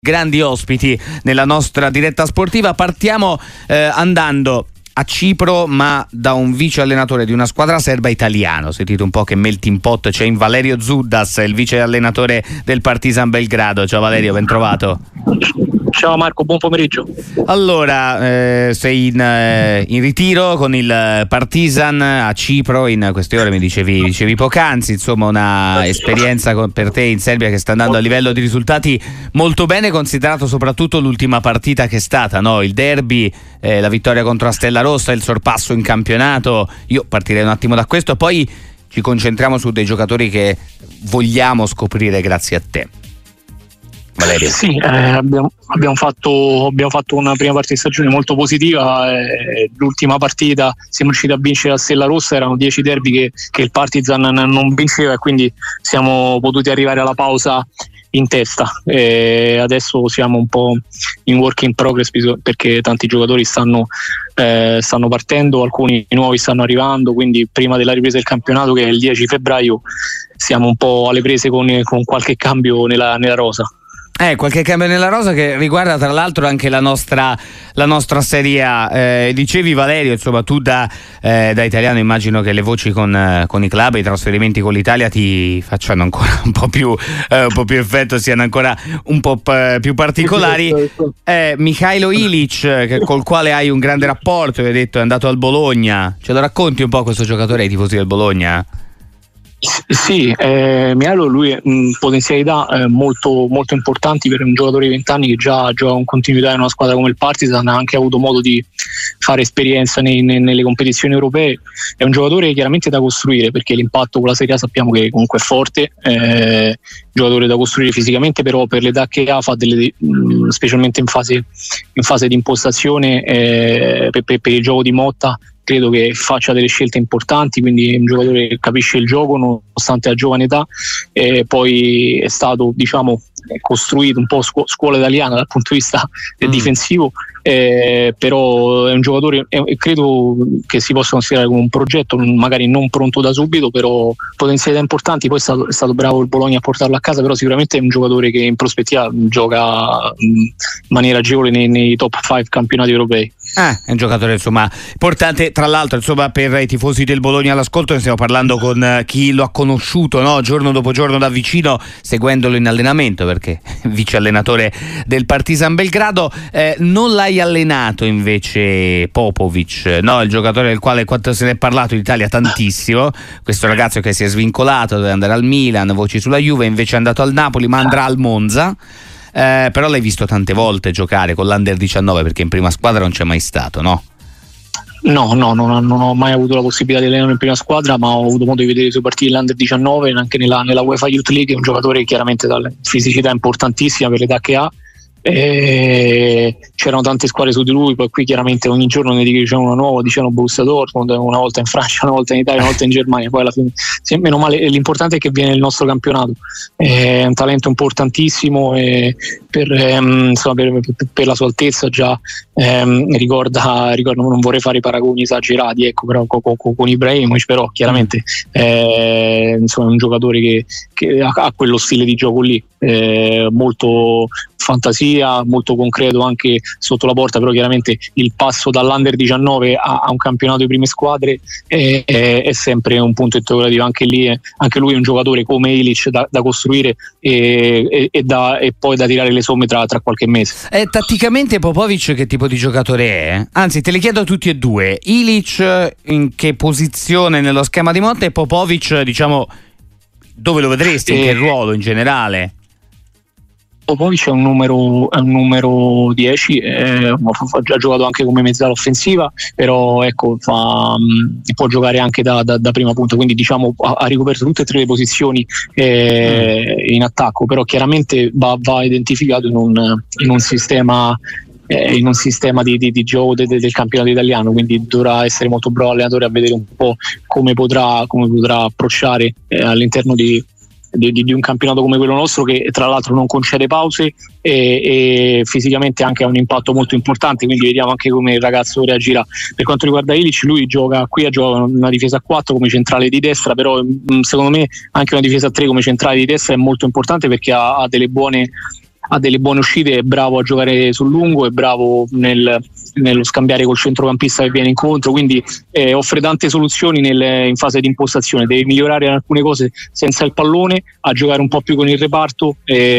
grandi ospiti nella nostra diretta sportiva. Partiamo andando a Cipro, ma da un vice allenatore di una squadra serba italiano. Sentite un po' che melting pot c'è in Valerio Zuddas, il vice allenatore del Partizan Belgrado. Ciao Valerio, ben trovato. Ciao Marco, buon pomeriggio. Allora, sei in ritiro con il Partizan a Cipro in queste ore, mi dicevi poc'anzi, insomma una esperienza per te in Serbia che sta andando a livello di risultati molto bene, considerato soprattutto l'ultima partita che è stata, no? Il derby, la vittoria contro la Stella Rossa, il sorpasso in campionato. Io partirei un attimo da questo, poi ci concentriamo su dei giocatori che vogliamo scoprire grazie a te. Valerio. Sì, abbiamo fatto una prima parte di stagione molto positiva. L'ultima partita siamo riusciti a vincere la Stella Rossa, erano 10 derby che il Partizan non vinceva e quindi siamo potuti arrivare alla pausa in testa. Adesso siamo un po' in work in progress perché tanti giocatori stanno partendo, alcuni nuovi stanno arrivando, quindi prima della ripresa del campionato, che è il 10 febbraio, siamo un po' alle prese con qualche cambio nella rosa. Qualche cambio nella rosa che riguarda tra l'altro anche la nostra Serie A. Dicevi Valerio, insomma tu da italiano immagino che le voci con i club, i trasferimenti con l'Italia ti facciano ancora un po' più effetto, siano ancora un po' più particolari. Mihailo Ilic, col quale hai un grande rapporto, hai detto è andato al Bologna, ce lo racconti un po' questo giocatore ai tifosi del Bologna? Sì, Mihailo, lui ha potenzialità molto, molto importanti per un giocatore di 20 anni che già gioca con continuità in una squadra come il Partizan, ha anche avuto modo di fare esperienza nelle competizioni europee. È un giocatore chiaramente da costruire, perché l'impatto con la Serie A sappiamo che comunque è forte, giocatore da costruire fisicamente, però per l'età che ha fa specialmente in fase di impostazione, per il gioco di Motta credo che faccia delle scelte importanti, quindi è un giocatore che capisce il gioco nonostante la giovane età. Poi è stato costruito un po' scuola italiana dal punto di vista difensivo, però è un giocatore, credo che si possa considerare come un progetto, magari non pronto da subito, però potenzialità importanti. Poi è stato bravo il Bologna a portarlo a casa, però sicuramente è un giocatore che in prospettiva gioca in maniera agevole nei top 5 campionati europei. È un giocatore insomma importante, tra l'altro insomma per i tifosi del Bologna all'ascolto, ne stiamo parlando con chi lo ha conosciuto, no? Giorno dopo giorno da vicino, seguendolo in allenamento, perché vice allenatore del Partizan Belgrado. Non l'hai allenato invece Popovic, no? Il giocatore del quale quanto se ne è parlato in Italia tantissimo, questo ragazzo che si è svincolato, doveva andare al Milan, voci sulla Juve, invece è andato al Napoli, ma andrà al Monza. Però l'hai visto tante volte giocare con l'Under 19, perché in prima squadra non c'è mai stato, no? No, non ho mai avuto la possibilità di allenare in prima squadra, ma ho avuto modo di vedere le sue partite dell'Under 19 anche nella UEFA Youth League. È un giocatore chiaramente dalle fisicità importantissima per l'età che ha. C'erano tante squadre su di lui, poi qui chiaramente ogni giorno ne dicevano una nuova, dicevano Borussia Dortmund, una volta in Francia, una volta in Italia, una volta in Germania, poi alla fine meno male, l'importante è che viene il nostro campionato. È un talento importantissimo e per la sua altezza già ricorda, non vorrei fare i paragoni esagerati, ecco, però con Ibrahimovic, però chiaramente è un giocatore che ha quello stile di gioco lì, molto fantasia, molto concreto anche sotto la porta, però chiaramente il passo dall'Under 19 a un campionato di prime squadre è sempre un punto interrogativo. Anche lui è un giocatore come Ilic da costruire e poi da tirare le somme tra qualche mese. Tatticamente Popovic che tipo di giocatore è? Anzi, te le chiedo a tutti e due. Ilic in che posizione nello schema di Motta, e Popovic dove lo vedresti, in che ruolo in generale? Popovic è un numero 10, ha giocato anche come mezzala offensiva, però ecco può giocare anche da prima punta, quindi ha ricoperto tutte e tre le posizioni in attacco, però chiaramente va identificato in un sistema di gioco del campionato italiano, quindi dovrà essere molto bravo allenatore a vedere un po' come potrà approcciare all'interno di un campionato come quello nostro, che tra l'altro non concede pause e fisicamente anche ha un impatto molto importante, quindi vediamo anche come il ragazzo reagirà. Per quanto riguarda Ilic, lui gioca una difesa a 4 come centrale di destra, però secondo me anche una difesa a 3 come centrale di destra è molto importante, perché ha delle buone ha delle buone uscite, è bravo a giocare sul lungo, è bravo nello scambiare col centrocampista che viene incontro, quindi offre tante soluzioni in fase di impostazione. Deve migliorare in alcune cose senza il pallone, a giocare un po' più con il reparto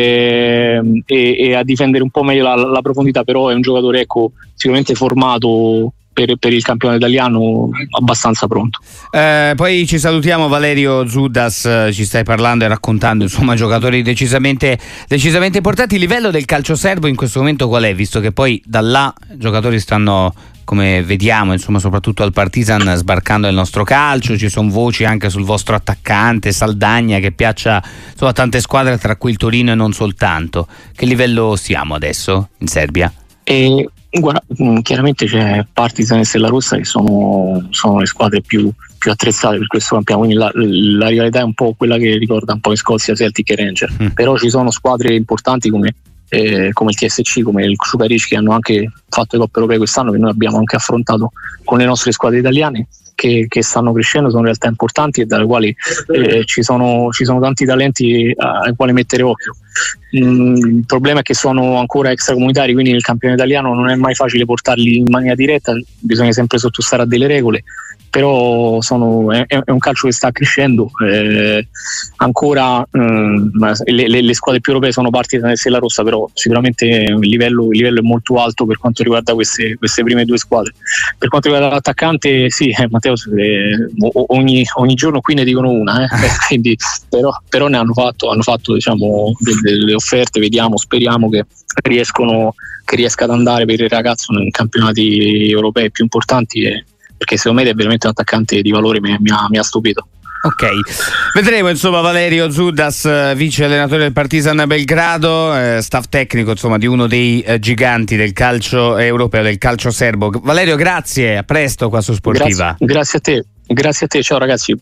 e a difendere un po' meglio la profondità, però è un giocatore sicuramente formato per il campionato italiano, abbastanza pronto. Poi ci salutiamo. Valerio Zudas, ci stai parlando e raccontando insomma giocatori decisamente importanti. Il livello del calcio serbo in questo momento qual è? Visto che poi da là giocatori stanno, come vediamo insomma soprattutto al Partizan, sbarcando il nostro calcio, ci sono voci anche sul vostro attaccante Saldagna che piaccia insomma a tante squadre, tra cui il Torino e non soltanto. Che livello siamo adesso in Serbia? Guarda, chiaramente c'è Partizan e Stella Rossa che sono le squadre più attrezzate per questo campionato, quindi la rivalità è un po' quella che ricorda un po' in Scozia Celtic e Ranger, però ci sono squadre importanti come il TSC, come il Šućić, che hanno anche fatto le coppe europee quest'anno, che noi abbiamo anche affrontato con le nostre squadre italiane, che stanno crescendo, sono realtà importanti e dalle quali ci sono tanti talenti ai quali mettere occhio. Il problema è che sono ancora extracomunitari, quindi nel campione italiano non è mai facile portarli in maniera diretta, bisogna sempre sottostare a delle regole, però è un calcio che sta crescendo, ancora le squadre più europee sono Partizan e Stella Rossa, però sicuramente il livello è molto alto per quanto riguarda queste prime due squadre. Per quanto riguarda l'attaccante, sì, Matteo, ogni giorno qui ne dicono una, quindi, però ne hanno fatto diciamo delle offerte, vediamo, speriamo che riesca ad andare per il ragazzo nei campionati europei più importanti, perché secondo me è veramente un attaccante di valore, mi ha stupito. Ok, vedremo insomma. Valerio Zudas, vice allenatore del Partizan Belgrado, staff tecnico insomma di uno dei giganti del calcio europeo, del calcio serbo. Valerio, grazie, a presto qua su Sportiva. Grazie a te, ciao ragazzi.